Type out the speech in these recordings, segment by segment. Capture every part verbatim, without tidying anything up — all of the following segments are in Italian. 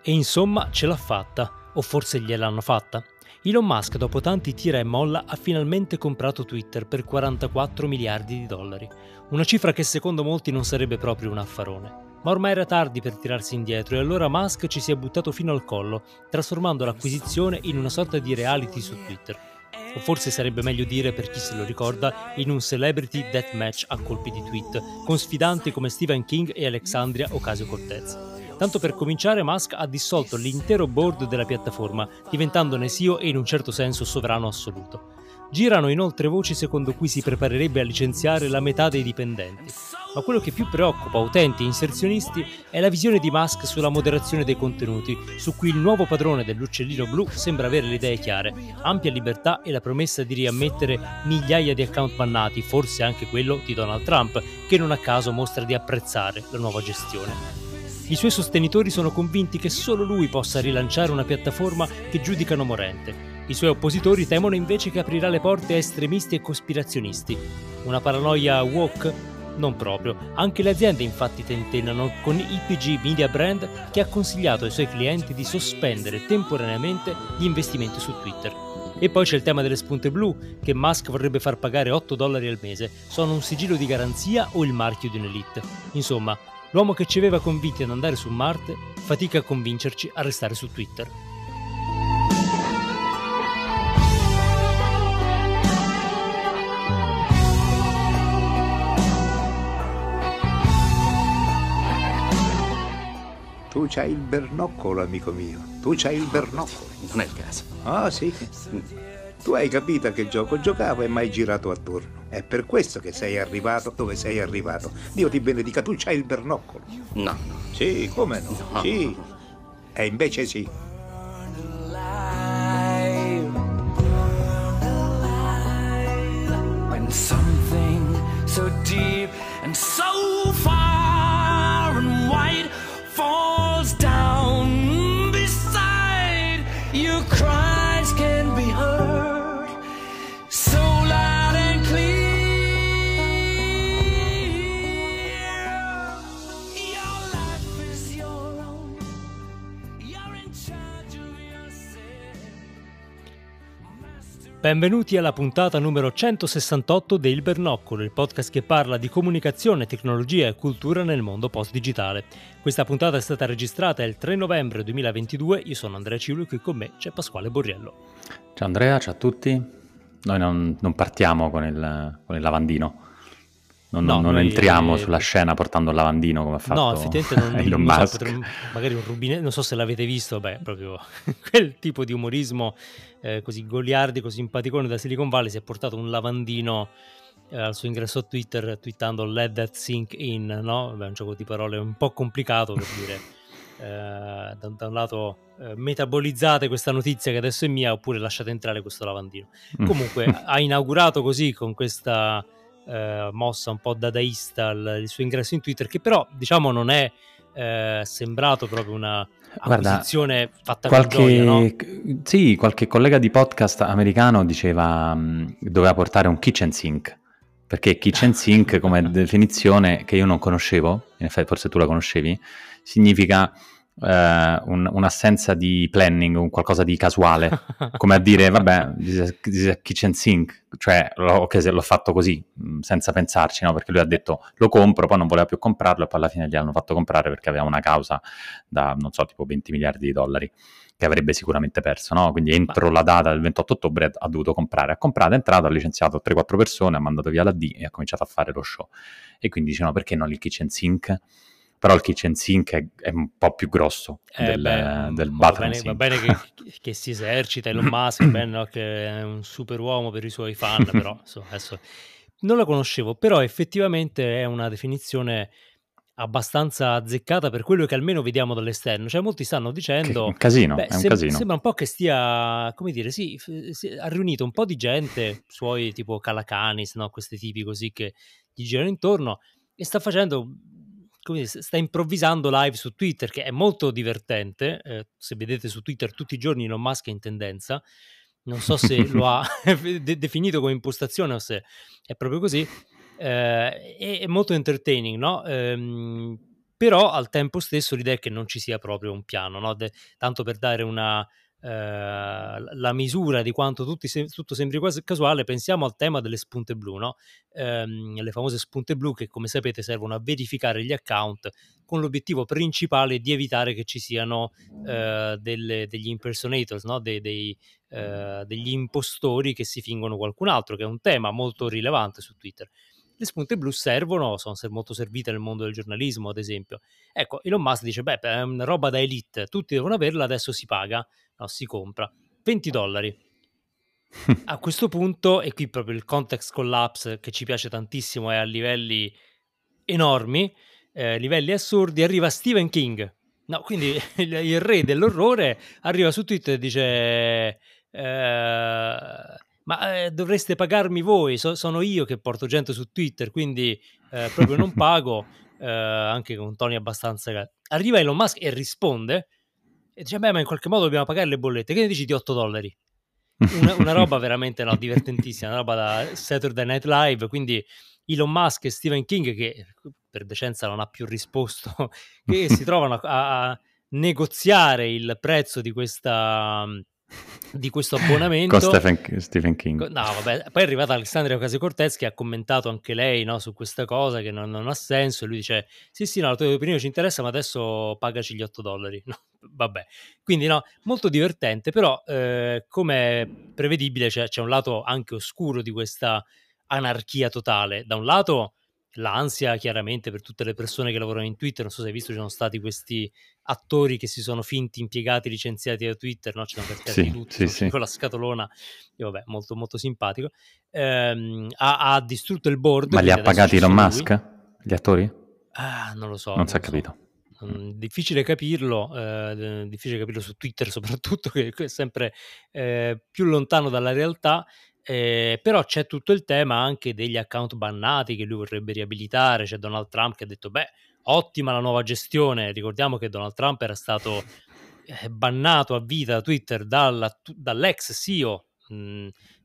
E insomma ce l'ha fatta, o forse gliel'hanno fatta. Elon Musk, dopo tanti tira e molla, ha finalmente comprato Twitter per quarantaquattro miliardi di dollari. Una cifra che secondo molti non sarebbe proprio un affarone. Ma ormai era tardi per tirarsi indietro e allora Musk ci si è buttato fino al collo, trasformando l'acquisizione in una sorta di reality su Twitter. O forse sarebbe meglio dire, per chi se lo ricorda, in un celebrity deathmatch a colpi di tweet, con sfidanti come Stephen King e Alexandria Ocasio-Cortez. Tanto per cominciare, Musk ha dissolto l'intero board della piattaforma, diventandone C E O e in un certo senso sovrano assoluto. Girano inoltre voci secondo cui si preparerebbe a licenziare la metà dei dipendenti. Ma quello che più preoccupa utenti e inserzionisti è la visione di Musk sulla moderazione dei contenuti, su cui il nuovo padrone dell'uccellino blu sembra avere le idee chiare, ampia libertà e la promessa di riammettere migliaia di account bannati, forse anche quello di Donald Trump, che non a caso mostra di apprezzare la nuova gestione. I suoi sostenitori sono convinti che solo lui possa rilanciare una piattaforma che giudicano morente. I suoi oppositori temono invece che aprirà le porte a estremisti e cospirazionisti. Una paranoia woke? Non proprio. Anche le aziende infatti tentennano con I P G Media Brand, che ha consigliato ai suoi clienti di sospendere temporaneamente gli investimenti su Twitter. E poi c'è il tema delle spunte blu, che Musk vorrebbe far pagare otto dollari al mese. Sono un sigillo di garanzia o il marchio di un'elite? Insomma, l'uomo che ci aveva convinti ad andare su Marte fatica a convincerci a restare su Twitter. Tu c'hai il bernoccolo, amico mio. Tu c'hai il bernoccolo. Non è il caso. Ah, sì. Tu hai capito a che gioco giocavo e mai girato attorno. È per questo che sei arrivato dove sei arrivato. Dio ti benedica, tu c'hai il bernoccolo. No. Sì, come no? No. Sì. E invece sì. When something so deep and so far and wide falls down beside your cries can be heard so loud and clear. Your life is your own. You're in charge of yourself. Benvenuti alla puntata numero centosessantotto de Il Bernoccolo, il podcast che parla di comunicazione, tecnologia e cultura nel mondo post-digitale. Questa puntata è stata registrata il tre novembre duemilaventidue, io sono Andrea Ciulo e qui con me c'è Pasquale Borriello. Ciao Andrea, ciao a tutti. Noi non, non partiamo con il, con il lavandino, non, No, non noi- entriamo sulla scena portando il lavandino come ha fatto No, effettivamente non, Elon non so, Musk. potremmo- magari un rubinetto, non so se l'avete visto, beh, proprio quel tipo di umorismo eh, così goliardico, simpaticone da Silicon Valley, si è portato un lavandino eh, al suo ingresso a Twitter twittando "Let that sink in", no? Beh, è un gioco di parole un po' complicato per dire eh, da, da un lato eh, metabolizzate questa notizia che adesso è mia oppure lasciate entrare questo lavandino. Mm. Comunque ha inaugurato così con questa eh, mossa un po' dadaista il, il suo ingresso in Twitter, che però diciamo non è eh, sembrato proprio una Guarda, acquisizione fatta qualche, con gioia, no? sì, qualche collega di podcast americano diceva mh, doveva portare un kitchen sink, perché kitchen sink come definizione, che io non conoscevo, in effetti forse tu la conoscevi, significa eh, un- un'assenza di planning, un qualcosa di casuale, come a dire vabbè, this is a- this is a kitchen sink, cioè l'ho, ok, se l'ho fatto così, mh, senza pensarci, no? Perché lui ha detto lo compro, poi non voleva più comprarlo e poi alla fine gli hanno fatto comprare perché aveva una causa da, non so, tipo venti miliardi di dollari che avrebbe sicuramente perso, no? Quindi entro la data del ventotto ottobre ha dovuto comprare. Ha comprato, è entrato, ha licenziato tre quattro persone, ha mandato via la D e ha cominciato a fare lo show. E quindi dicevano perché non il kitchen sink? Però il kitchen sink è, è un po' più grosso Eh, del, beh, del va bathroom bene, sink. va bene che, che si esercita Elon Musk, bene, no? Che è un super uomo per i suoi fan, però insomma, adesso non la conoscevo, però effettivamente è una definizione abbastanza azzeccata per quello che almeno vediamo dall'esterno. Cioè molti stanno Che- dicendo un casino, beh, è un sem- casino. sembra un po' che stia, come dire, sì, f- si- ha riunito un po' di gente, suoi tipo Calacanis, no? Questi tipi così che gli girano intorno e sta facendo, come dire, sta improvvisando live su Twitter, che è molto divertente. Eh, se vedete su Twitter tutti i giorni Elon Musk è in tendenza. Non so se lo ha de- definito come impostazione o se è proprio così. Eh, è, è molto entertaining, no? Ehm, però al tempo stesso l'idea è che non ci sia proprio un piano, no? De- tanto per dare una, eh, la misura di quanto tutti se- tutto sembri quasi casuale, pensiamo al tema delle spunte blu, no? Ehm, le famose spunte blu che, come sapete, servono a verificare gli account con l'obiettivo principale di evitare che ci siano eh, delle- degli impersonators, no? Dei, dei, eh, degli impostori che si fingono qualcun altro, che è un tema molto rilevante su Twitter. Le spunte blu servono, sono ser- molto servite nel mondo del giornalismo, ad esempio. Ecco, Elon Musk dice, beh, è una roba da elite, tutti devono averla, adesso si paga, no, si compra. venti dollari. A questo punto, e qui proprio il context collapse che ci piace tantissimo, è a livelli enormi, eh, livelli assurdi, arriva Stephen King. No, quindi il, il re dell'orrore arriva su Twitter e dice eh, ma eh, dovreste pagarmi voi, so- sono io che porto gente su Twitter, quindi eh, proprio non pago, eh, anche con toni abbastanza... Arriva Elon Musk e risponde e dice, beh, ma in qualche modo dobbiamo pagare le bollette, che ne dici di otto dollari? Una, una roba veramente no, divertentissima, una roba da Saturday Night Live, quindi Elon Musk e Stephen King, che per decenza non ha più risposto, che si trovano a, a negoziare il prezzo di, questa, di questo Con abbonamento. Stephen, Stephen King. No, vabbè, poi è arrivata Alessandria Ocasio-Cortez che ha commentato anche lei, no, su questa cosa che non, non ha senso, e lui dice sì sì no, la tua opinione ci interessa ma adesso pagaci gli otto dollari. No, vabbè, quindi no, molto divertente, però eh, come prevedibile c'è, c'è un lato anche oscuro di questa anarchia totale. Da un lato l'ansia chiaramente per tutte le persone che lavorano in Twitter, non so se hai visto, ci sono stati questi attori che si sono finti impiegati licenziati da Twitter, no? Ci sono cascati di Sì, tutti sì, con, sì. con la scatolona, e vabbè, molto molto simpatico. Ehm, ha, ha distrutto il board, Ma li ha quindi adesso pagati c'è Elon solo lui. Musk? Gli attori? Ah, non lo so, Non non si è lo so. capito. Mm, difficile capirlo, eh, difficile capirlo su Twitter soprattutto, che è sempre eh, più lontano dalla realtà. Eh, però c'è tutto il tema anche degli account bannati che lui vorrebbe riabilitare. C'è Donald Trump che ha detto beh, ottima la nuova gestione. Ricordiamo che Donald Trump era stato eh, bannato a vita da Twitter dalla, dall'ex C E O mh,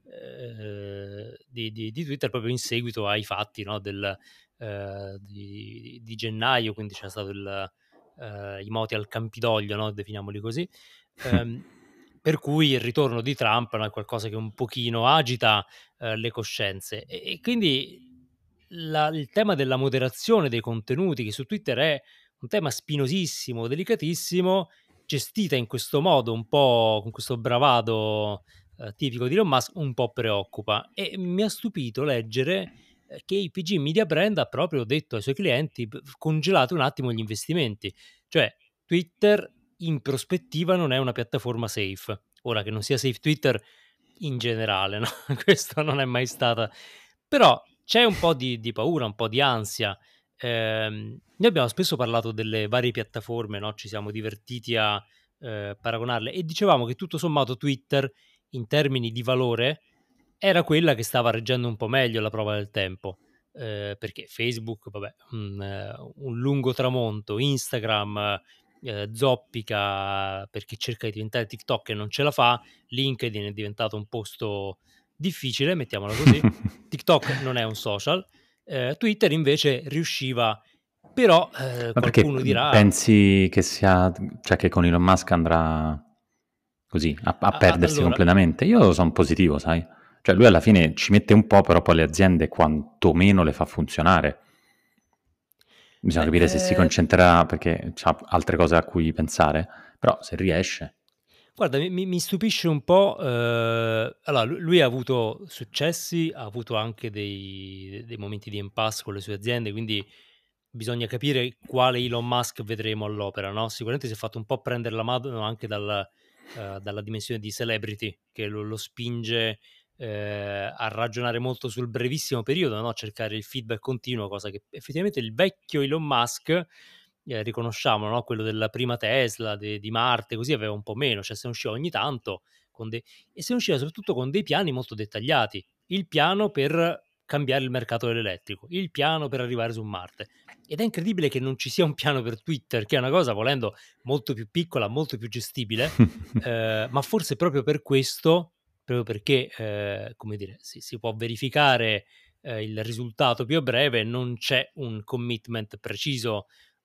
eh, di, di, di Twitter proprio in seguito ai fatti, no, del, eh, di, di gennaio, quindi c'è stato il, eh, i moti al Campidoglio, no, definiamoli così. Um, per cui il ritorno di Trump no, è qualcosa che un pochino agita eh, le coscienze e, e quindi la, il tema della moderazione dei contenuti che su Twitter è un tema spinosissimo, delicatissimo, gestita in questo modo un po' con questo bravado eh, tipico di Elon Musk, un po' preoccupa. E mi ha stupito leggere eh, che I P G Media Brand ha proprio detto ai suoi clienti congelate un attimo gli investimenti, cioè Twitter in prospettiva non è una piattaforma safe. Ora che non sia safe Twitter in generale, no? Questo non è mai stata. Però c'è un po' di, di paura, un po' di ansia. Ehm, noi abbiamo spesso parlato delle varie piattaforme, no? Ci siamo divertiti a eh, paragonarle e dicevamo che tutto sommato Twitter, in termini di valore, era quella che stava reggendo un po' meglio la prova del tempo. Eh, perché Facebook, vabbè, un, eh, un lungo tramonto, Instagram eh, zoppica perché cerca di diventare TikTok e non ce la fa, LinkedIn è diventato un posto difficile, mettiamola così, TikTok non è un social, eh, Twitter invece riusciva, però eh, Ma perché qualcuno dirà pensi che sia, cioè che con Elon Musk andrà così, a, a a- a- perdersi allora, completamente? Io sono positivo, sai? Cioè lui alla fine ci mette un po', però poi le aziende quantomeno le fa funzionare. Bisogna beh, capire se si eh, concentrerà perché ha altre cose a cui pensare, però se riesce. guarda, mi, mi- mi stupisce un po'. Eh, allora, lu- lui ha avuto successi, ha avuto anche dei, dei momenti di impasse con le sue aziende, quindi bisogna capire quale Elon Musk vedremo all'opera, no? Sicuramente si è fatto un po' prendere la mano anche dal, eh, dalla dimensione di celebrity, che lo, lo spinge eh, a ragionare molto sul brevissimo periodo, no? Cercare il feedback continuo, cosa che effettivamente il vecchio Elon Musk eh, riconosciamo, no? Quello della prima Tesla, de- di Marte, così aveva un po' meno, cioè se ne usciva ogni tanto con dei... e se ne usciva soprattutto con dei piani molto dettagliati. Il piano per cambiare il mercato dell'elettrico, il piano per arrivare su Marte. Ed è incredibile che non ci sia un piano per Twitter, che è una cosa, volendo, molto più piccola, molto più gestibile, eh, ma forse proprio per questo, proprio perché, eh, come dire, si, si può verificare eh, il risultato più a breve, non c'è un commitment preciso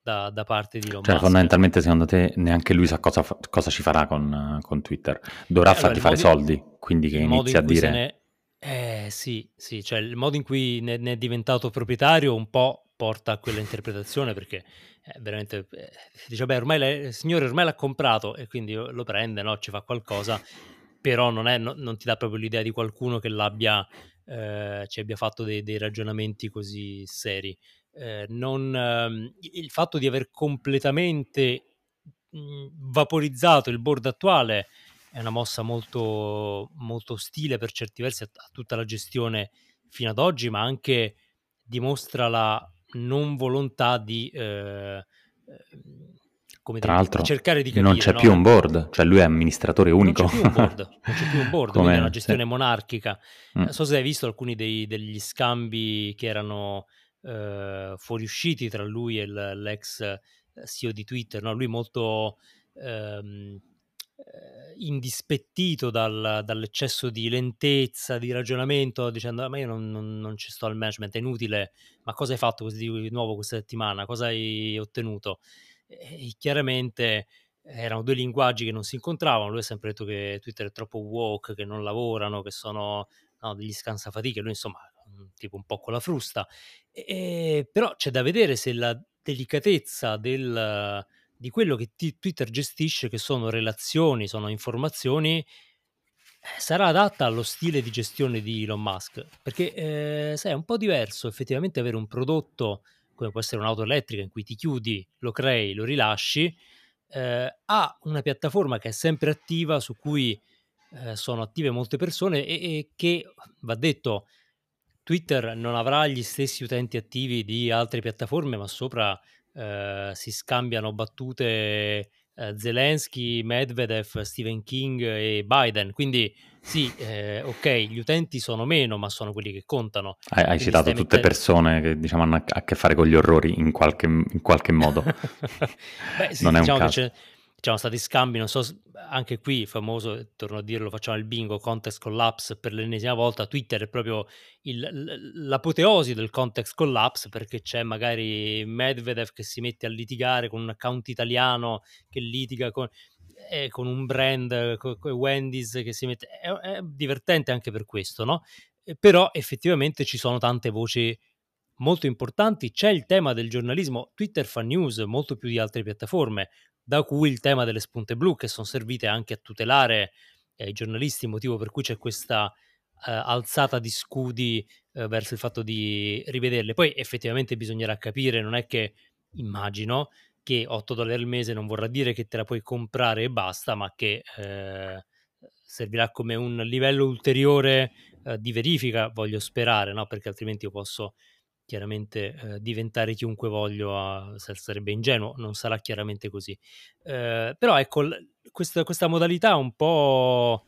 da, da parte di Elon Cioè, Musk. fondamentalmente, secondo te, neanche lui sa cosa, fa- cosa ci farà con, con Twitter. Dovrà Eh, allora, farti il fare modo, soldi, quindi che il modo inizi a in cui se dire... ne... Eh sì, sì, cioè il modo in cui ne, ne è diventato proprietario un po' porta a quella interpretazione, perché eh, veramente eh, dice, beh, ormai lei- il signore ormai l'ha comprato e quindi lo prende, no? Ci fa qualcosa, però non, è, no- non ti dà proprio l'idea di qualcuno che l'abbia, eh, ci abbia fatto dei, dei ragionamenti così seri. Eh, non, ehm, il fatto di aver completamente mh, vaporizzato il board attuale è una mossa molto, molto ostile per certi versi a, a tutta la gestione fino ad oggi, ma anche dimostra la non volontà di, eh, eh, come Tra dire, di, di l'altro, cercare di non capire, c'è più no? un board, cioè lui è amministratore Non unico. c'è più un board, non c'è più un board, quindi è una Come... sì. gestione monarchica. Mm. Non so se hai visto alcuni dei- degli scambi che erano eh, fuoriusciti tra lui e l- l'ex eh, C E O di Twitter, no? Lui molto ehm, eh, indispettito dal- dall'eccesso di lentezza, di ragionamento, dicendo: "Ah, ma io non, non- non ci sto al management, è inutile, ma cosa hai fatto così di nuovo questa settimana? Cosa hai ottenuto?" E, e chiaramente erano due linguaggi che non si incontravano. Lui ha sempre detto che Twitter è troppo woke, che non lavorano, che sono, no, degli scansafatiche. Lui, insomma, mm, tipo un po' con la frusta. E- però c'è da vedere se la delicatezza del, di quello che ti- Twitter gestisce, che sono relazioni, sono informazioni, eh, sarà adatta allo stile di gestione di Elon Musk. Perché, eh, sai, è un po' diverso effettivamente avere un prodotto come può essere un'auto elettrica in cui ti chiudi, lo crei, lo rilasci, eh, ha una piattaforma che è sempre attiva, su cui eh, sono attive molte persone e, e che, va detto, Twitter non avrà gli stessi utenti attivi di altre piattaforme, ma sopra eh, si scambiano battute eh, Zelensky, Medvedev, Stephen King e Biden. Quindi sì, eh, ok, gli utenti sono meno, ma sono quelli che contano. Hai, hai Quindi citato stai tutte mettendo... persone che diciamo hanno a, a che fare con gli orrori in qualche, in qualche modo. Beh, sì, Non è un diciamo che caso. c'è, c'erano stati scambi, non so, s- anche qui famoso, eh, torno a dirlo, facciamo il bingo, context collapse per l'ennesima volta. Twitter è proprio il- l- l'apoteosi del context collapse, perché c'è magari Medvedev che si mette a litigare con un account italiano che litiga con, eh, con un brand, con, Wendy's che si mette... È, è divertente anche per questo, no? Eh, Però effettivamente ci sono tante voci molto importanti. C'è il tema del giornalismo. Twitter fa news molto più di altre piattaforme, da cui il tema delle spunte blu, che sono servite anche a tutelare eh, i giornalisti, motivo per cui c'è questa eh, alzata di scudi eh, verso il fatto di rivederle. Poi effettivamente bisognerà capire, non è che, immagino, che otto dollari al mese non vorrà dire che te la puoi comprare e basta, ma che eh, servirà come un livello ulteriore eh, di verifica, voglio sperare, no? Perché altrimenti io posso chiaramente eh, diventare chiunque voglio, a, sarebbe ingenuo, non sarà chiaramente così. Eh, però ecco, l- questa, questa modalità un po'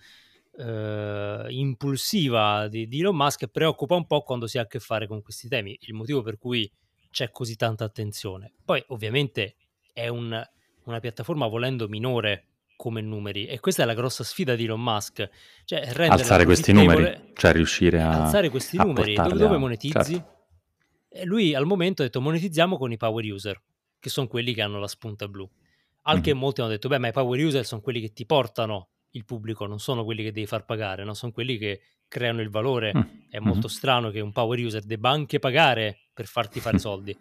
eh, impulsiva di, di Elon Musk preoccupa un po' quando si ha a che fare con questi temi, il motivo per cui c'è così tanta attenzione. Poi ovviamente è un, una piattaforma volendo minore come numeri, e questa è la grossa sfida di Elon Musk, cioè renderla Alzare questi numeri, profittevole, cioè riuscire e a, alzare questi a numeri. Dove, portarli dove a... monetizzi? Certo. E lui al momento ha detto monetizziamo con i power user, che sono quelli che hanno la spunta blu. Al che Mhm. molti hanno detto, beh, ma i power user sono quelli che ti portano il pubblico, non sono quelli che devi far pagare, no? Sono quelli che creano il valore. Mm. È Mhm. molto strano che un power user debba anche pagare per farti fare soldi.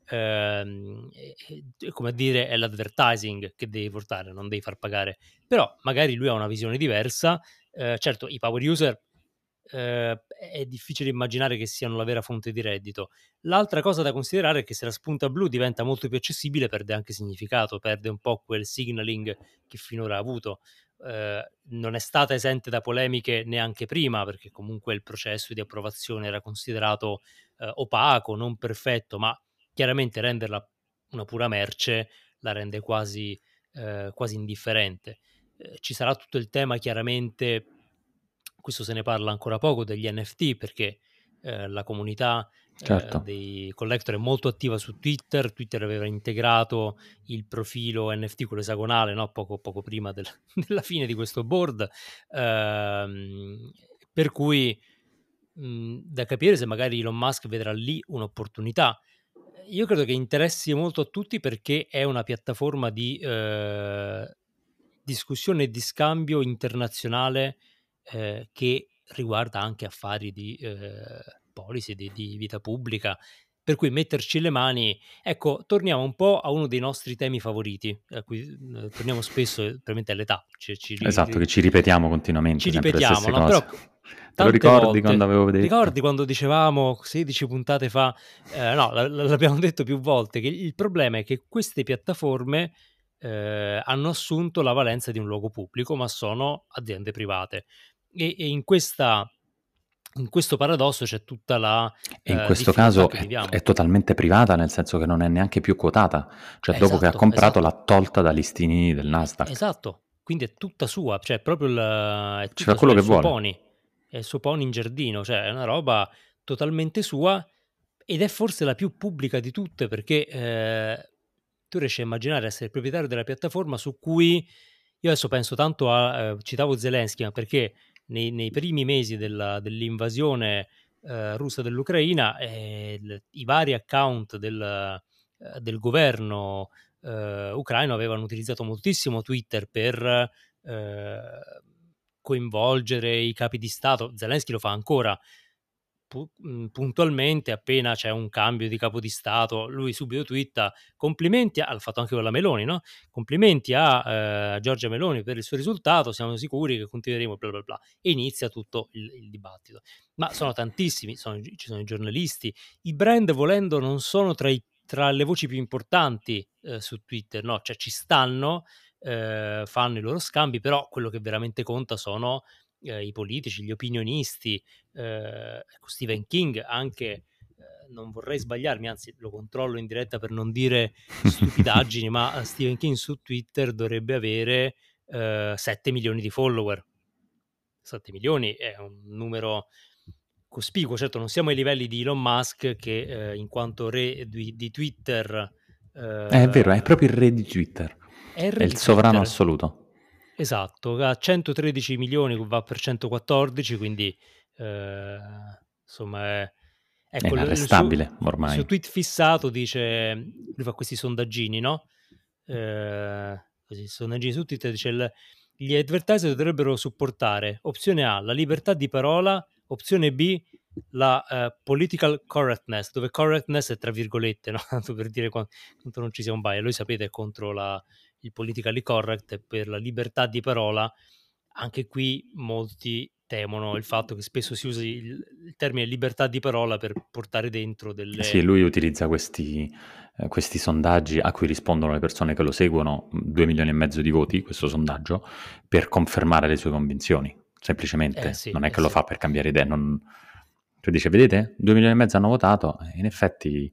Ehm, e- e- come a dire, è l'advertising che devi portare, non devi far pagare. Però magari lui ha una visione diversa. Eh, certo, i power user eh, è difficile immaginare che siano la vera fonte di reddito. L'altra cosa da considerare è che se la spunta blu diventa molto più accessibile, perde anche significato, perde un po' quel signaling che finora ha avuto. Eh, non è stata esente da polemiche neanche prima, perché comunque il processo di approvazione era considerato eh, opaco, non perfetto, ma chiaramente renderla una pura merce la rende quasi, eh, quasi indifferente. Eh, ci sarà tutto il tema, chiaramente, questo se ne parla ancora poco, degli N F T, perché eh, la comunità eh, Certo. dei collector è molto attiva su Twitter. Twitter aveva integrato il profilo N F T, quello esagonale, no? poco, poco prima del, della fine di questo board, ehm, per cui mh, da capire se magari Elon Musk vedrà lì un'opportunità. io credo che interessi molto a tutti perché è una piattaforma di eh, discussione e di scambio internazionale eh, che riguarda anche affari di eh, policy, di, di vita pubblica. Per cui metterci le mani, ecco, torniamo un po' a uno dei nostri temi favoriti, a cui eh, torniamo spesso, eh, probabilmente all'età, ci, ci ri- Esatto, che ri- ci ripetiamo continuamente, ci sempre le ripetiamo, stesse no? Però cose. c- Te lo tante ricordi quando volte, avevo ricordi detto? quando dicevamo sedici puntate fa, eh, no, l- l- l'abbiamo detto più volte, che il problema è che queste piattaforme eh, hanno assunto la valenza di un luogo pubblico, ma sono aziende private. E, e in questa, in questo paradosso c'è tutta la E in eh, questo difficoltà caso che è, viviamo. è totalmente privata, nel senso che non è neanche più quotata. Cioè, Eh, dopo che ha esatto, comprato, l'ha esatto. tolta da listini del Nasdaq. Esatto, quindi è tutta sua, cioè proprio il, è Ci fa tutta sua, quello è il che suo vuole. pony, è il suo pony in giardino, cioè è una roba totalmente sua ed è forse la più pubblica di tutte perché eh, tu riesci a immaginare essere il proprietario della piattaforma su cui io adesso penso tanto a, eh, citavo Zelensky, ma perché nei, nei primi mesi della- dell'invasione eh, russa dell'Ucraina eh, il- i vari account del, eh, del governo eh, ucraino avevano utilizzato moltissimo Twitter per eh, coinvolgere i capi di Stato. Zelensky lo fa ancora pu- mh, puntualmente, appena c'è un cambio di capo di Stato, lui subito twitta complimenti, a- l'ha fatto anche con la Meloni, no? Complimenti a eh, Giorgia Meloni per il suo risultato, siamo sicuri che continueremo, bla bla bla. E inizia tutto il, il dibattito. Ma sono tantissimi, sono- ci sono i giornalisti, i brand volendo non sono tra, i- tra le voci più importanti eh, su Twitter, no? Cioè ci stanno, eh, fanno i loro scambi, però quello che veramente conta sono eh, i politici, gli opinionisti, eh, ecco, Stephen King anche, eh, non vorrei sbagliarmi, anzi lo controllo in diretta per non dire stupidaggini, ma eh, Stephen King su Twitter dovrebbe avere eh, sette milioni di follower. sette milioni è un numero cospicuo, certo non siamo ai livelli di Elon Musk che eh, in quanto re di, di Twitter Eh, è vero, è eh, proprio il re di Twitter. è il È re il di sovrano Twitter. assoluto. Esatto, ha centotredici milioni, va per centoquattordici, quindi eh, insomma è, È ecco, il, il suo, inarrestabile il suo ormai. tweet fissato dice, lui fa questi sondaggini, no? Eh, così, sondaggini su Twitter, dice il- gli advertiser dovrebbero supportare opzione A, la libertà di parola, opzione B, la eh, political correctness, dove correctness è tra virgolette, no? Tanto per dire qua- quanto non ci sia un bias. Lui sapete è contro la il politically correct e per la libertà di parola. Anche qui molti temono il fatto che spesso si usi il, il termine libertà di parola per portare dentro Sì, delle... lui utilizza questi, eh, questi sondaggi a cui rispondono le persone che lo seguono, due milioni e mezzo di voti, questo sondaggio, per confermare le sue convinzioni, Eh semplicemente. sì, Non è eh che lo sì. fa per cambiare idea. Non... Cioè dice, vedete, due milioni e mezzo hanno votato, e in effetti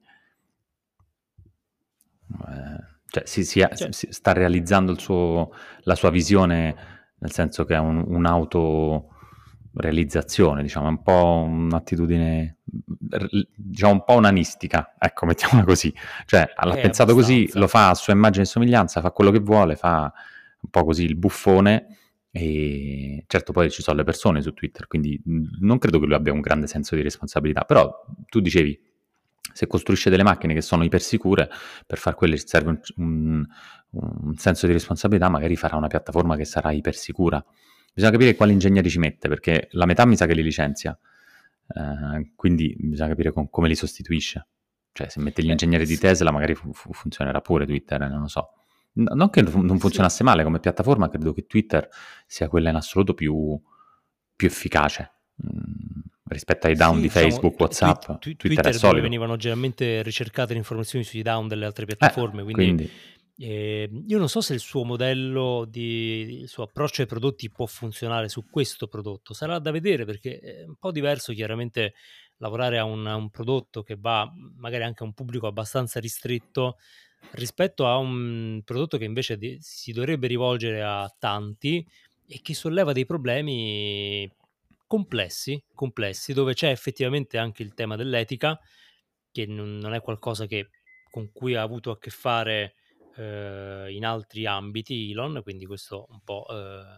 eh, cioè, si, si- Cioè, si- sta realizzando il suo- la sua visione, nel senso che è un, un'autorealizzazione, diciamo, è un po' un'attitudine, r- diciamo, un po' onanistica, ecco, mettiamola così. Cioè, l'ha è pensato così, lo abbastanza. fa a sua immagine e somiglianza, fa quello che vuole, fa un po' così il buffone. E certo poi ci sono le persone su Twitter, quindi mh, non credo che lui abbia un grande senso di responsabilità, però tu dicevi, se costruisce delle macchine che sono ipersicure, per far quelle ci serve un, un- un senso di responsabilità, magari farà una piattaforma che sarà ipersicura. Bisogna capire quali ingegneri ci mette, perché la metà mi sa che li licenzia, eh, quindi bisogna capire con- come li sostituisce. Cioè, se mette gli Beh, ingegneri di sì, Tesla, magari fu- fu- funzionerà pure Twitter, eh, non lo so. N- non che non non sì. funzionasse male come piattaforma, credo che Twitter sia quella in assoluto più, più efficace. Mm, rispetto ai down Sì, di diciamo, Facebook, tu- tweet- WhatsApp, tu- Twitter è Twitter è dove solido. venivano generalmente ricercate le informazioni sui down delle altre Eh, piattaforme, quindi quindi eh, io non so se il suo modello, di, il suo approccio ai prodotti può funzionare su questo prodotto, sarà da vedere perché è un po' diverso chiaramente lavorare a un, a un prodotto che va magari anche a un pubblico abbastanza ristretto rispetto a un prodotto che invece di- si dovrebbe rivolgere a tanti e che solleva dei problemi complessi, complessi, dove c'è effettivamente anche il tema dell'etica, che non, non è qualcosa che, con cui ha avuto a che fare eh, in altri ambiti Elon, quindi questo un po'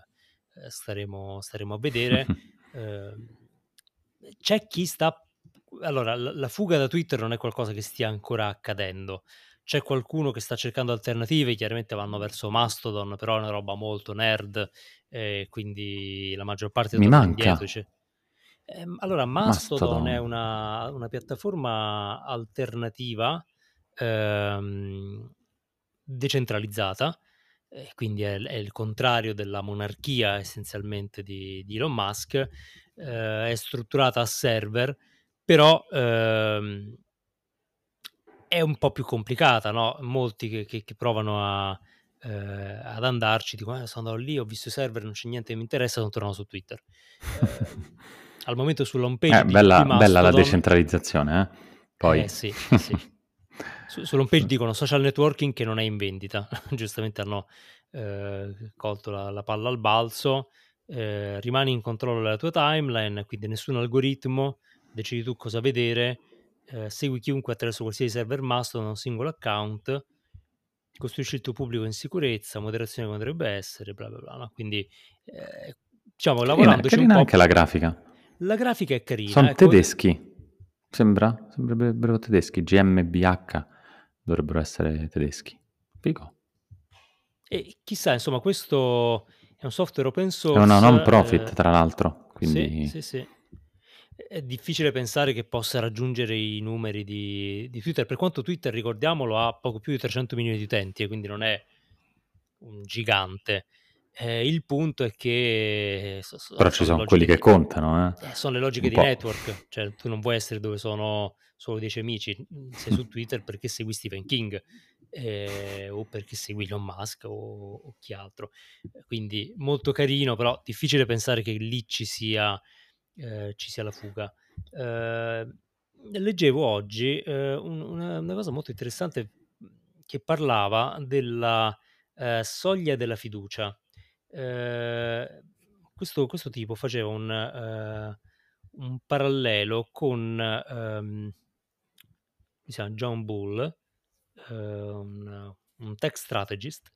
eh, staremo, staremo a vedere. Eh, c'è chi sta allora, la, la fuga da Twitter non è qualcosa che stia ancora accadendo. C'è qualcuno che sta cercando alternative, chiaramente vanno verso Mastodon, però è una roba molto nerd, eh, quindi la maggior parte Mi torna indietro. manca Dice, ehm, allora, Mastodon è Mastodon. una, una piattaforma alternativa, ehm, decentralizzata, eh, quindi è, è il contrario della monarchia essenzialmente di, di Elon Musk, eh, è strutturata a server, però ehm, è un po' più complicata, no? Molti che, che- che provano a, eh, ad andarci dicono: "Eh, sono andato lì, ho visto i server, non c'è niente che mi interessa, sono tornato su Twitter." Ehm, al momento sull'home Eh, page di, di bella, bella la Mastodon, decentralizzazione, eh? eh Poi... sì, sì, sì. Su, sull'home page dicono social networking che non è in vendita. Giustamente hanno eh, colto la, la palla al balzo. Eh, rimani in controllo della tua timeline, quindi nessun algoritmo, decidi tu cosa vedere, eh, segui chiunque attraverso qualsiasi server Mastodon, un singolo account, costruisci il tuo pubblico in sicurezza, moderazione come dovrebbe essere, bla bla bla, no? Quindi eh, diciamo, Carina, lavorandoci un carina anche po', la grafica. la grafica è carina, Sono ecco. tedeschi. Sembra? Sembrerebbero tedeschi. G M B H dovrebbero essere tedeschi. Figo. E chissà, insomma, questo è un software open È una source. non profit, eh, tra l'altro, sì, quindi... sì, sì. È difficile pensare che possa raggiungere i numeri di, di Twitter, per quanto Twitter, ricordiamolo, ha poco più di trecento milioni di utenti e quindi non è un gigante. Eh, il punto è che so- so- Però ci sono le sono quelli logiche che di, contano, eh? eh, sono le logiche Un di po'. network, cioè tu non vuoi essere dove sono solo dieci amici, sei su Twitter perché segui Stephen King, eh, o perché segui Elon Musk o, o chi altro. Quindi molto carino, però difficile pensare che lì ci sia, eh, ci sia la fuga. Eh, leggevo oggi eh, un- una, una cosa molto interessante che parlava della eh, soglia della fiducia. Eh, questo, questo tipo faceva un, eh, un parallelo con ehm, mi si chiama John Bull, eh, un, un tech strategist,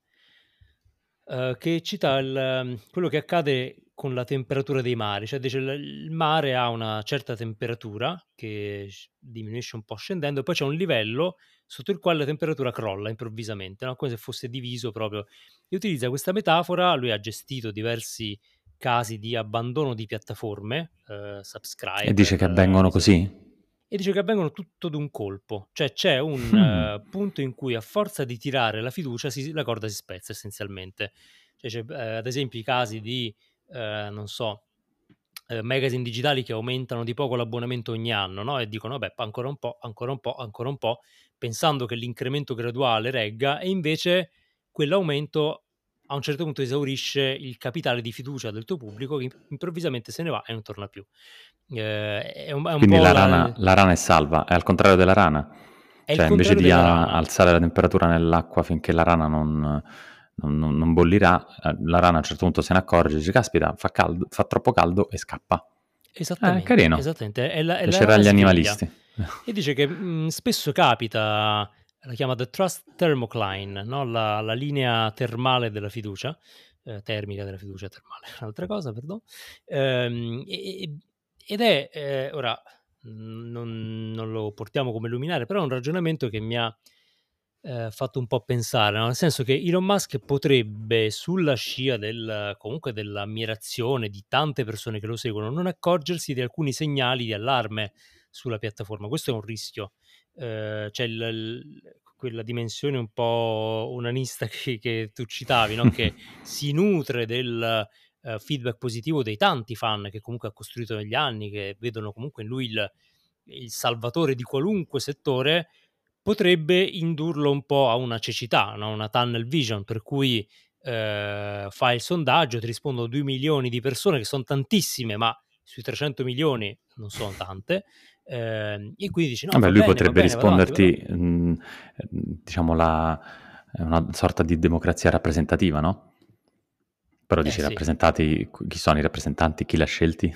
eh, che cita il, quello che accade con la temperatura dei mari, cioè dice il, il mare ha una certa temperatura che sc- diminuisce un po' scendendo, e poi c'è un livello sotto il quale la temperatura crolla improvvisamente, no? Come se fosse diviso proprio. E utilizza questa metafora, lui ha gestito diversi casi di abbandono di piattaforme, eh, E dice che subscriber, eh, avvengono disab- così? e dice che avvengono tutto d'un colpo, cioè c'è un Hmm. eh, punto in cui a forza di tirare la fiducia si- la corda si spezza essenzialmente. Cioè, c'è, eh, ad esempio i casi di, eh, non so, eh, magazine digitali che aumentano di poco l'abbonamento ogni anno, no? E dicono, vabbè, ancora un po', ancora un po', ancora un po', pensando che l'incremento graduale regga, e invece quell'aumento a un certo punto esaurisce il capitale di fiducia del tuo pubblico, che improvvisamente se ne va e non torna più. Eh, è, un, è un Quindi po' la la, rana, la rana è salva, è al contrario della rana. è il Cioè, invece contrario di della a- rana. alzare la temperatura nell'acqua finché la rana non, non- non- non bollirà, eh, la rana a un certo punto se ne accorge, dice, caspita, fa caldo, fa troppo caldo e scappa. Eh, Esattamente, carino. esattamente. E la, e la Piacerà rana agli si griglia. animalisti. E dice che mh, spesso capita, la chiama The Trust Thermocline, no? la, la linea termale della fiducia, eh, termica della fiducia, termale, un'altra cosa, perdono. Ehm, e- e- ed è, eh, ora, mh, non, non lo portiamo come luminare, però è un ragionamento che mi ha eh, fatto un po' pensare, no? Nel senso che Elon Musk potrebbe, sulla scia del, comunque dell'ammirazione di tante persone che lo seguono, non accorgersi di alcuni segnali di allarme sulla piattaforma. Questo è un rischio. Eh, c'è il- il- quella dimensione un po' unanista che, che tu citavi, no? Che si nutre del eh, feedback positivo dei tanti fan che comunque ha costruito negli anni, che vedono comunque in lui il, il salvatore di qualunque settore, potrebbe indurlo un po' a una cecità, no? Una tunnel vision, per cui eh, fai il sondaggio, ti rispondono due milioni di persone, che sono tantissime, ma sui trecento milioni non sono tante, ehm, e quindi dici no, Vabbè, va lui bene, va potrebbe bene, vado avanti, vado avanti. risponderti, mh, diciamo, la, è una sorta di democrazia rappresentativa, no? Però Eh dici sì, rappresentati, chi sono i rappresentanti, chi l'ha scelti?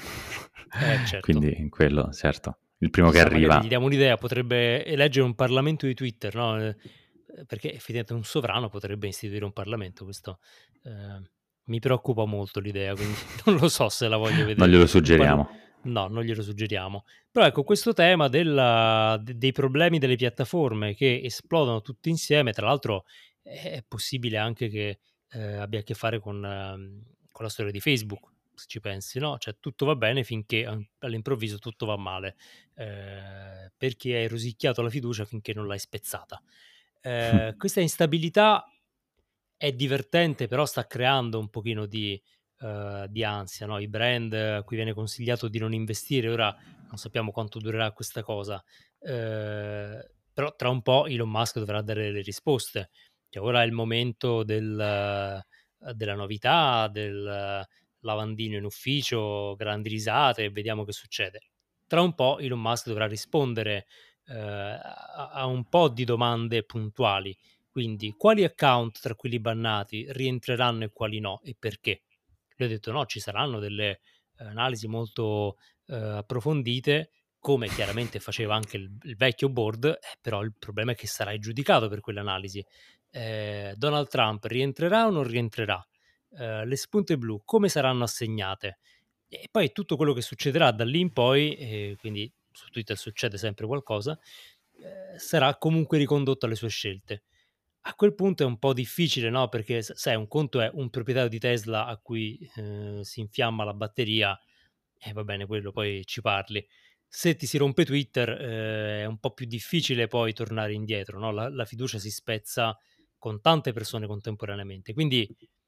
eh certo. Quindi in quello, certo. Il primo che Chissà, magari gli arriva. diamo un'idea, potrebbe eleggere un Parlamento di Twitter, no? Eh, perché effettivamente un sovrano potrebbe istituire un Parlamento, questo eh, mi preoccupa molto l'idea, quindi non lo so se la voglio Non vedere. glielo Un, parla- suggeriamo. No, non glielo suggeriamo. Però ecco, questo tema della de dei problemi delle piattaforme che esplodono tutte insieme, tra l'altro è è possibile anche che, ehm, abbia a che fare con mhmm, con la storia di Facebook, se ci pensi, no, cioè tutto va bene finché a all'improvviso tutto va male, ehm, perché hai rosicchiato la fiducia finché non l'hai spezzata. Ehm, questa instabilità è divertente, però sta creando un pochino di ehm, di ansia, no, i brand a cui viene consigliato di non investire, ora non sappiamo quanto durerà questa cosa, ehm, però tra un po' Elon Musk dovrà dare le risposte. Cioè ora è il momento del ehm, della novità, del lavandino in ufficio, grandi risate e vediamo che succede. Tra un po' Elon Musk dovrà rispondere, ehm, a a un po' di domande puntuali. Quindi, quali account tra quelli bannati rientreranno e quali no e perché? Lui ha detto: "No, ci saranno delle eh, analisi molto, ehm, approfondite", come chiaramente faceva anche il il vecchio board, eh, però il problema è che sarai giudicato per quelle analisi. Ehm, Donald Trump rientrerà o non rientrerà? Ehm, le spunte blu come saranno assegnate? E poi tutto quello che succederà da lì in poi, e quindi su Twitter succede sempre qualcosa, ehm, sarà comunque ricondotto alle sue scelte. A quel punto è un po' difficile, no, perché s sai un conto è un proprietario di Tesla a cui, ehm, si infiamma la batteria e va bene quello poi ci parli. Se ti si rompe Twitter, ehm, è un po' più difficile poi tornare indietro, no, la la fiducia si spezza con tante persone contemporaneamente. Quindi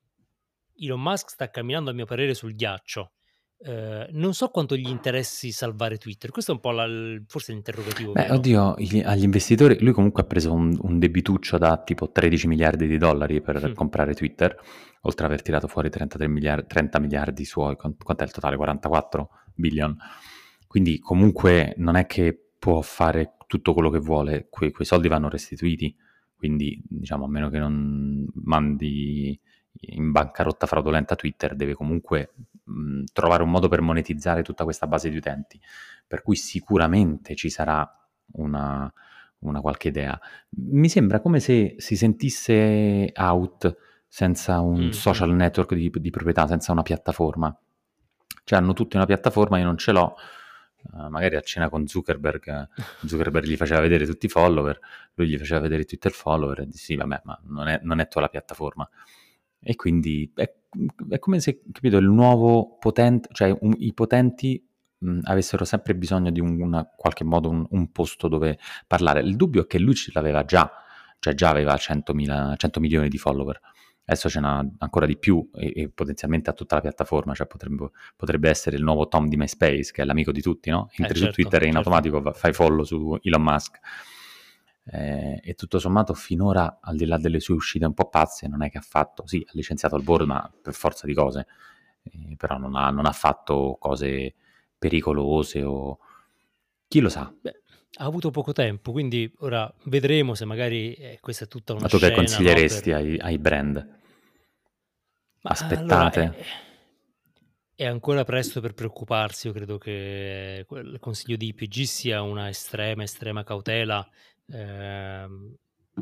Elon Musk sta camminando a mio parere sul ghiaccio. Ehm, non so quanto gli interessi salvare Twitter. Questo è un po' la l forse l'interrogativo Beh, vero. oddio, gli- agli investitori, lui comunque ha preso un, un debituccio da tipo tredici miliardi di dollari per Mh, comprare Twitter, oltre ad aver tirato fuori trentatré miliardi, trenta miliardi suoi, quan- quant'è il totale? quarantaquattro billion. Quindi comunque non è che può fare tutto quello che vuole, que- quei soldi vanno restituiti, quindi diciamo a meno che non mandi in bancarotta fraudolenta Twitter, deve comunque mh, trovare un modo per monetizzare tutta questa base di utenti, per cui sicuramente ci sarà una, una qualche idea. Mi sembra come se si sentisse out senza un mh, mh. social network di, di proprietà, senza una piattaforma. Cioè hanno tutti una piattaforma, io non ce l'ho. Uh, magari a cena con Zuckerberg, Zuckerberg gli faceva vedere tutti i follower, lui gli faceva vedere Twitter follower e disse sì, vabbè, ma non è, non è tua la piattaforma. E quindi è, è come se, capito, il nuovo potente, cioè un, i potenti mh, avessero sempre bisogno di un, una, qualche modo un, un posto dove parlare. Il dubbio è che lui ce l'aveva già, cioè già aveva centomila, cento milioni di follower. Adesso ce n'ha ancora di più e, e potenzialmente ha tutta la piattaforma, cioè potrebbe, potrebbe essere il nuovo Tom di MySpace, che è l'amico di tutti, no? Eh Entri su certo, Twitter e in certo. automatico va- fai follow su Elon Musk. Eh, e tutto sommato finora, al di là delle sue uscite un po' pazze, non è che ha fatto, sì, ha licenziato il board, ma per forza di cose, eh, però non ha, non ha fatto cose pericolose o chi lo sa. Beh, ha avuto poco tempo, quindi ora vedremo se magari, ehm, questa è tutta una Ma tu che scena, no, consiglieresti per ai, ai brand? ma allora Aspettate? è è ancora presto per preoccuparsi. Io credo che quel consiglio di I P G sia una estrema, estrema cautela. Ehm,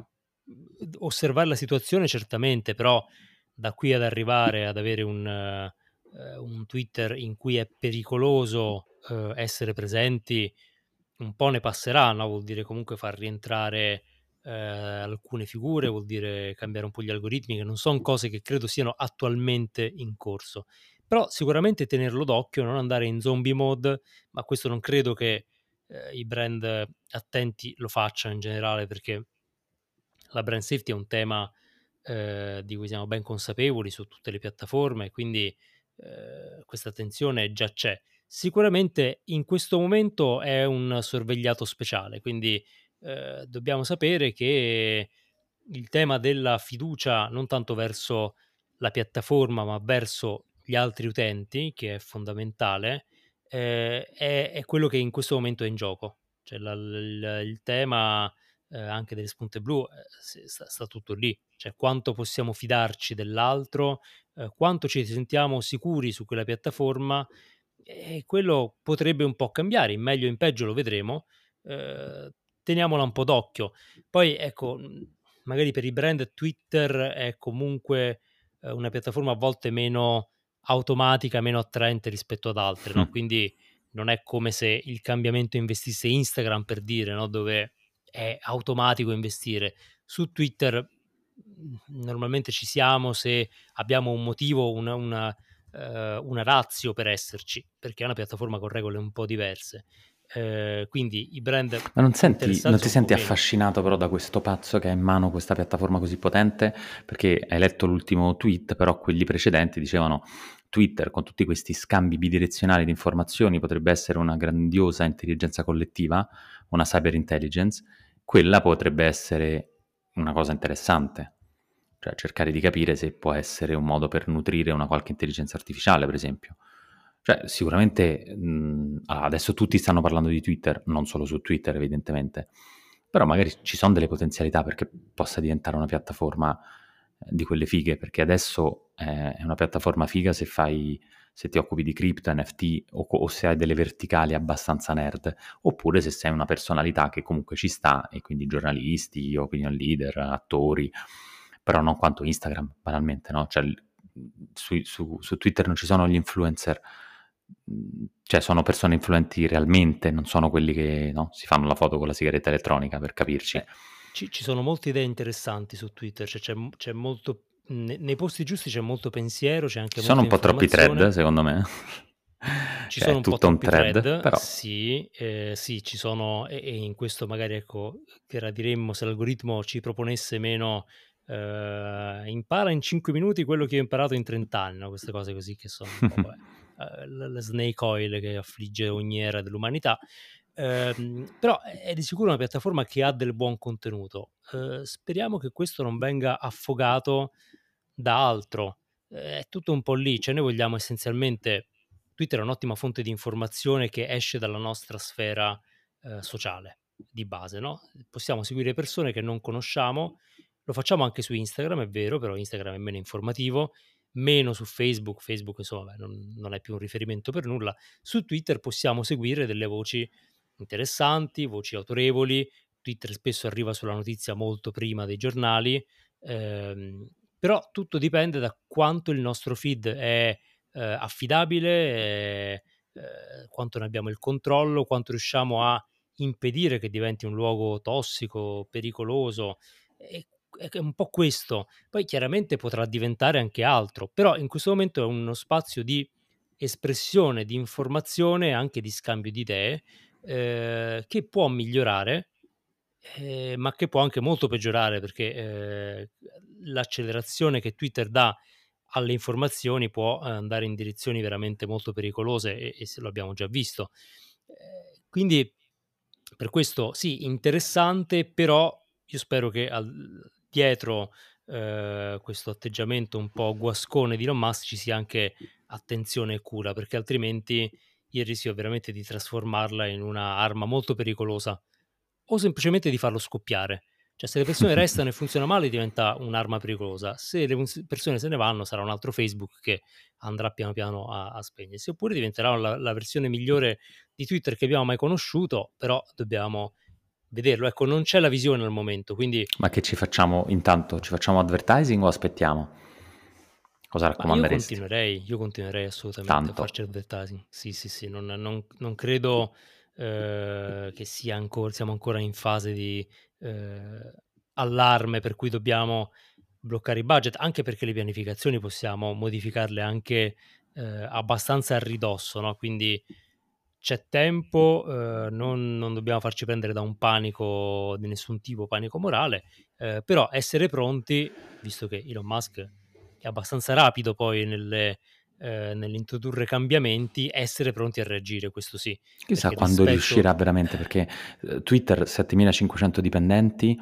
d osservare la situazione certamente, però da qui ad arrivare ad avere un ehm, un Twitter in cui è pericoloso, uhm, essere presenti, un po' ne passerà, no, vuol dire comunque far rientrare, ehm, alcune figure, vuol dire cambiare un po' gli algoritmi, che non son cose che credo siano attualmente in corso. Però sicuramente tenerlo d'occhio, non andare in zombie mode, ma questo non credo che, ehm, i brand attenti lo facciano in generale, perché la brand safety è un tema, ehm, di cui siamo ben consapevoli su tutte le piattaforme, quindi, ehm, questa attenzione già c'è. Sicuramente in questo momento è un sorvegliato speciale, quindi, ehm, dobbiamo sapere che il tema della fiducia non tanto verso la piattaforma, ma verso gli altri utenti, che è fondamentale, ehm, è è quello che in questo momento è in gioco. Cioè la l il il tema, ehm, anche delle spunte blu, ehm, s sta sta tutto lì. Cioè quanto possiamo fidarci dell'altro, ehm, quanto ci sentiamo sicuri su quella piattaforma, e quello potrebbe un po' cambiare, in meglio o in peggio lo vedremo. Ehm, Teniamola un po' d'occhio. Poi ecco, mhmm, magari per i brand Twitter è comunque, ehm, una piattaforma a volte meno automatica, meno attraente rispetto ad altre, no, Mm. quindi non è come se il cambiamento investisse Instagram, per dire, no? Dove è automatico investire. Su Twitter mh, normalmente ci siamo se abbiamo un motivo, una, una, eh, una ratio per esserci, perché è una piattaforma con regole un po' diverse. Eh, quindi i brand Ma non senti, non interessati ti sono un po' senti meno. affascinato però da questo pazzo che ha in mano questa piattaforma così potente? Perché hai letto l'ultimo tweet, però quelli precedenti dicevano Twitter con tutti questi scambi bidirezionali di informazioni potrebbe essere una grandiosa intelligenza collettiva, una cyber intelligence, quella potrebbe essere una cosa interessante. Cioè cercare di capire se può essere un modo per nutrire una qualche intelligenza artificiale, per esempio. Cioè, sicuramente mh, allora, adesso tutti stanno parlando di Twitter, non solo su Twitter, evidentemente, però magari ci sono delle potenzialità perché possa diventare una piattaforma eh, di quelle fighe, perché adesso eh, è una piattaforma figa se fai, se ti occupi di cripto, N F T o, o se hai delle verticali abbastanza nerd, oppure se sei una personalità che comunque ci sta, e quindi giornalisti, opinion leader, attori, però non quanto Instagram, banalmente, no? Cioè, su, su, su Twitter non ci sono gli influencer, cioè sono persone influenti realmente, non sono quelli che no, si fanno la foto con la sigaretta elettronica, per capirci. Beh, ci, ci sono molte idee interessanti su Twitter, cioè c'è, c'è molto, ne- nei posti giusti c'è molto pensiero, c'è anche Ci sono molta un po' troppi thread, informazione. secondo me. Ci Cioè, sono è un po' tutto un troppi thread, thread, però sì, eh, sì, ci sono, e, e in questo magari ecco, gradiremmo se l'algoritmo ci proponesse meno, eh, impara in cinque minuti quello che ho imparato in trenta anni, no? Queste cose così che sono un po', vabbè, eh, la, la snake oil che affligge ogni era dell'umanità. Ehm, però è di sicuro una piattaforma che ha del buon contenuto. Eh, speriamo che questo non venga affogato da altro. Eh, è tutto un po' lì, cioè noi vogliamo essenzialmente Twitter è un'ottima fonte di informazione che esce dalla nostra sfera eh, sociale di base, no? Possiamo seguire persone che non conosciamo, lo facciamo anche su Instagram, è vero, però Instagram è meno informativo, meno su Facebook, Facebook insomma beh, non, non è più un riferimento per nulla. Su Twitter possiamo seguire delle voci interessanti, voci autorevoli. Twitter spesso arriva sulla notizia molto prima dei giornali, ehm, però tutto dipende da quanto il nostro feed è eh, affidabile, eh, eh, quanto ne abbiamo il controllo, quanto riusciamo a impedire che diventi un luogo tossico, pericoloso. E, è un po' questo. Poi chiaramente potrà diventare anche altro, però in questo momento è uno spazio di espressione, di informazione e anche di scambio di idee eh, che può migliorare, eh, ma che può anche molto peggiorare perché eh, l'accelerazione che Twitter dà alle informazioni può eh, andare in direzioni veramente molto pericolose e, e se lo abbiamo già visto. Eh, quindi per questo sì, interessante, però io spero che al- dietro eh, questo atteggiamento un po' guascone di Elon Musk ci sia anche attenzione e cura, perché altrimenti il rischio è veramente di trasformarla in una arma molto pericolosa o semplicemente di farlo scoppiare. Cioè, se le persone restano e funziona male, diventa un'arma pericolosa. Se le fun- persone se ne vanno, sarà un altro Facebook che andrà piano piano a, a spegnersi. Oppure diventerà la, la versione migliore di Twitter che abbiamo mai conosciuto, però dobbiamo vederlo. Ecco, non c'è la visione al momento, quindi Ma che ci facciamo intanto? Ci facciamo advertising o aspettiamo? Cosa ma io raccomanderesti? continuerei, io continuerei assolutamente a Tanto. farci advertising. Sì, sì, sì, non, non- non credo eh, che sia ancora, siamo ancora in fase di eh, allarme per cui dobbiamo bloccare i budget, anche perché le pianificazioni possiamo modificarle anche eh, abbastanza a ridosso, no? Quindi c'è tempo, eh, non, non dobbiamo farci prendere da un panico di nessun tipo, panico morale, eh, però essere pronti, visto che Elon Musk è abbastanza rapido poi nelle, eh, nell'introdurre cambiamenti, essere pronti a reagire, questo sì, Chissà perché quando rispetto... riuscirà veramente, perché eh, Twitter settemilacinquecento dipendenti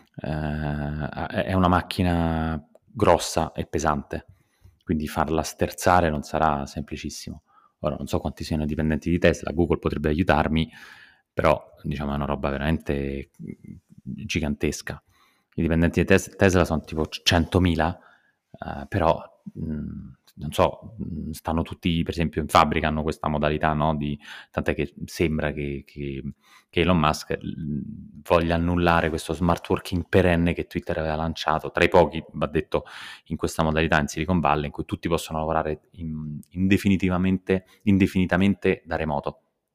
eh, è una macchina grossa e pesante, quindi farla sterzare non sarà semplicissimo. Ora non so quanti siano i dipendenti di Tesla, Google potrebbe aiutarmi, però diciamo è una roba veramente gigantesca. I dipendenti di Tes- Tesla sono tipo centomila, eh, però mh, non so, mh, stanno tutti per esempio in fabbrica, hanno questa modalità, no? Di, tant'è che sembra che, che, che Elon Musk mh, voglia annullare questo smart working perenne che Twitter aveva lanciato, tra i pochi, va detto, in questa modalità in Silicon Valley, in cui tutti possono lavorare in, indefinitivamente, indefinitamente da remoto.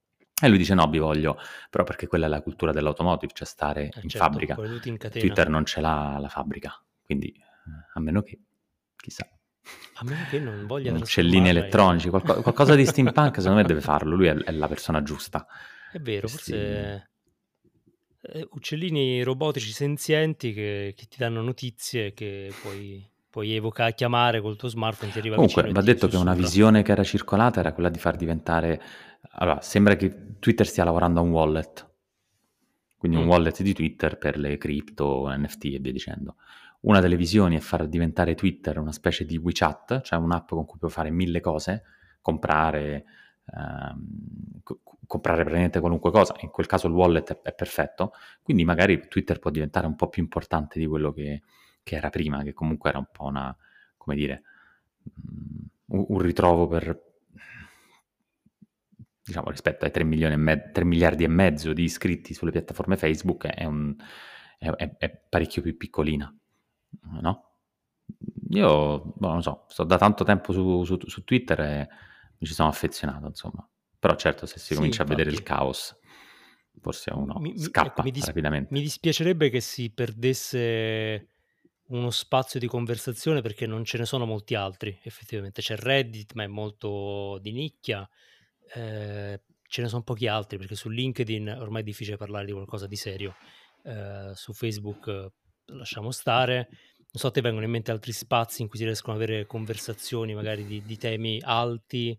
E lui dice no, vi voglio, però perché quella è la cultura dell'automotive, cioè stare Eh, in certo, fabbrica. poi tutti in catena. Twitter non ce l'ha la fabbrica, quindi eh, a meno che, chissà, A meno che non voglia uccellini trasformarla in- elettronici, qualco- qualcosa di steampunk secondo me deve farlo, lui è, è la persona giusta. È vero, Questi- forse eh, uccellini robotici senzienti che, che ti danno notizie che puoi, puoi evocare, chiamare col tuo smartphone, ti arriva Comunque, vicino va e ti detto che una sussurra. visione che era circolata era quella di far diventare... Allora, sembra che Twitter stia lavorando a un wallet, quindi un Mm. wallet di Twitter per le cripto, N F T e via dicendo. Una delle visioni è far diventare Twitter una specie di WeChat, cioè un'app con cui puoi fare mille cose, comprare, ehm, co- comprare praticamente qualunque cosa, in quel caso il wallet è, è perfetto, quindi magari Twitter può diventare un po' più importante di quello che, che era prima, che comunque era un po' una, come dire, mm, un, un ritrovo per, diciamo, rispetto ai tre milioni e me- tre miliardi e mezzo di iscritti sulle piattaforme Facebook, è, un, è, è- è parecchio più piccolina, no? Io, boh, non lo so, sto da tanto tempo su, su- su Twitter e mi ci sono affezionato, insomma. Però certo, se si Sì, comincia a vedere il infatti. caos, forse uno Mi- mi- scappa ecco, mi dis- rapidamente. Mi dispiacerebbe che si perdesse uno spazio di conversazione perché non ce ne sono molti altri, effettivamente. C'è Reddit, ma è molto di nicchia. eh, ce ne sono pochi altri perché su LinkedIn ormai è difficile parlare di qualcosa di serio. Eh, su Facebook eh, lasciamo stare. Non so, a te vengono in mente altri spazi in cui si riescono ad avere conversazioni magari di, di temi alti?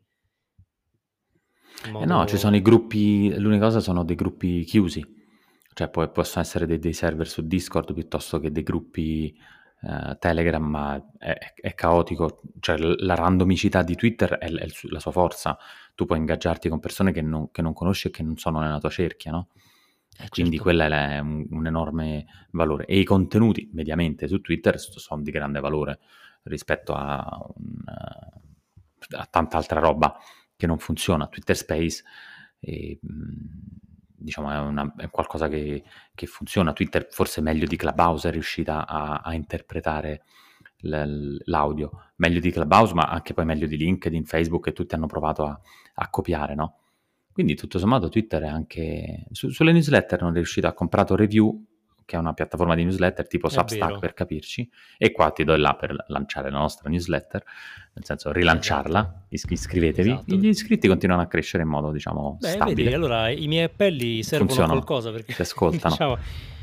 In Eh no, ci sono modo... i gruppi, l'unica cosa sono dei gruppi chiusi, cioè poi possono essere dei, dei server su Discord piuttosto che dei gruppi eh, Telegram, ma è, è caotico, cioè l- la randomicità di Twitter è, l- è il su- la sua forza, tu puoi ingaggiarti con persone che non, che non conosci e che non sono nella tua cerchia, no? Eh, Quindi certo. quella è un, un enorme valore. E i contenuti, mediamente, su Twitter s- sono di grande valore rispetto a, un, eh, a tanta altra roba che non funziona. Twitter Space e, mh, diciamo è, una- è qualcosa che, che funziona. Twitter forse meglio di Clubhouse è riuscita a, a interpretare l- l'audio, meglio di Clubhouse, ma anche poi meglio di LinkedIn, Facebook, che tutti hanno provato a, a copiare, no? Quindi tutto sommato Twitter è anche... su- sulle newsletter non è riuscito, ha comprato Review, che è una piattaforma di newsletter tipo È Substack vero. per capirci, e qua ti do il là per lanciare la nostra newsletter, nel senso rilanciarla, Esatto. is- iscrivetevi, Esatto. gli iscritti continuano a crescere in modo, diciamo, Beh, stabile. vedi, allora i miei appelli servono Funzionano, a qualcosa perché si ascoltano. diciamo,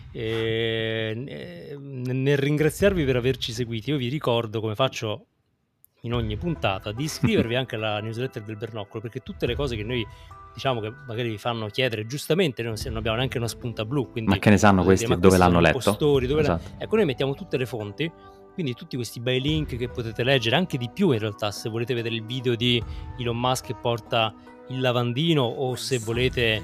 eh, eh, nel ringraziarvi per averci seguiti, io vi ricordo, come faccio in ogni puntata, di iscrivervi anche alla newsletter del Bernoccolo, perché tutte le cose che noi diciamo che magari vi fanno chiedere, giustamente noi non, si- non abbiamo neanche una spunta blu, quindi Ma che ne sanno potete questi dire, e "Ma dove questi l'hanno sono letto?" impostori, dove la-" Esatto. Ecco, noi mettiamo tutte le fonti, quindi tutti questi bei link che potete leggere, anche di più in realtà, se volete vedere il video di Elon Musk che porta il lavandino, o se volete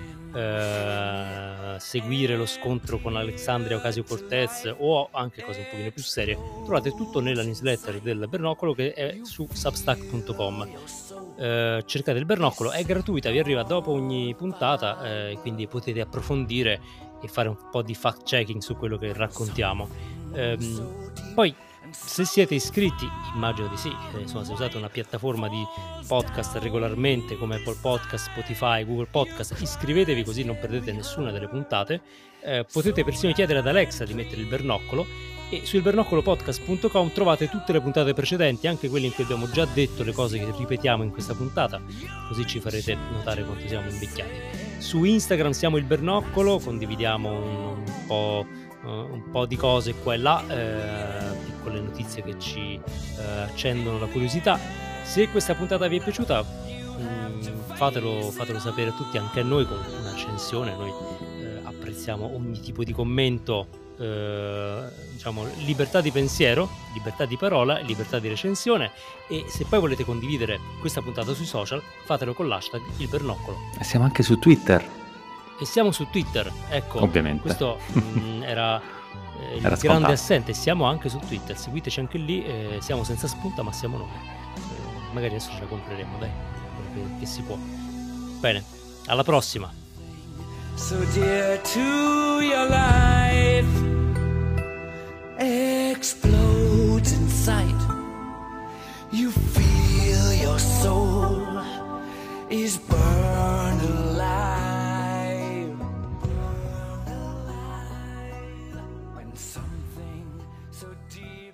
eh, seguire lo scontro con Alexandria Ocasio-Cortez, o anche cose un pochino più serie, trovate tutto nella newsletter del Bernoccolo, che è su substack punto com. Eh, cercate il Bernoccolo, è gratuita, vi arriva dopo ogni puntata, eh, quindi potete approfondire e fare un po' di fact checking su quello che raccontiamo. Ehm, poi se siete iscritti, immagino di sì, eh, insomma, se usate una piattaforma di podcast regolarmente come Apple Podcast, Spotify, Google Podcast, iscrivetevi così non perdete nessuna delle puntate. Eh, potete persino chiedere ad Alexa di mettere il Bernoccolo, e su il bernocolo podcast punto com trovate tutte le puntate precedenti, anche quelle in cui abbiamo già detto le cose che ripetiamo in questa puntata, così ci farete notare quanto siamo invecchiati. Su Instagram siamo il Bernoccolo, condividiamo un, un po'... Uh, un po' di cose qua e là, eh, piccole notizie che ci eh, accendono la curiosità. Se questa puntata vi è piaciuta, mh, fatelo, fatelo sapere a tutti, anche a noi con un'accensione. Noi eh, apprezziamo ogni tipo di commento, eh, diciamo libertà di pensiero, libertà di parola, libertà di recensione. E se poi volete condividere questa puntata sui social, fatelo con l'hashtag il Bernoccolo. E siamo anche su Twitter. E siamo su Twitter, ecco, Ovviamente. questo mh, era eh, il Era grande scontato. assente. Siamo anche su Twitter, seguiteci anche lì, eh, siamo senza spunta ma siamo noi. Eh, magari adesso ce la compreremo, dai, quello che, che si può. Bene, alla prossima. So dear to your life explodes in sight. You feel your soul is burned alive. something so deep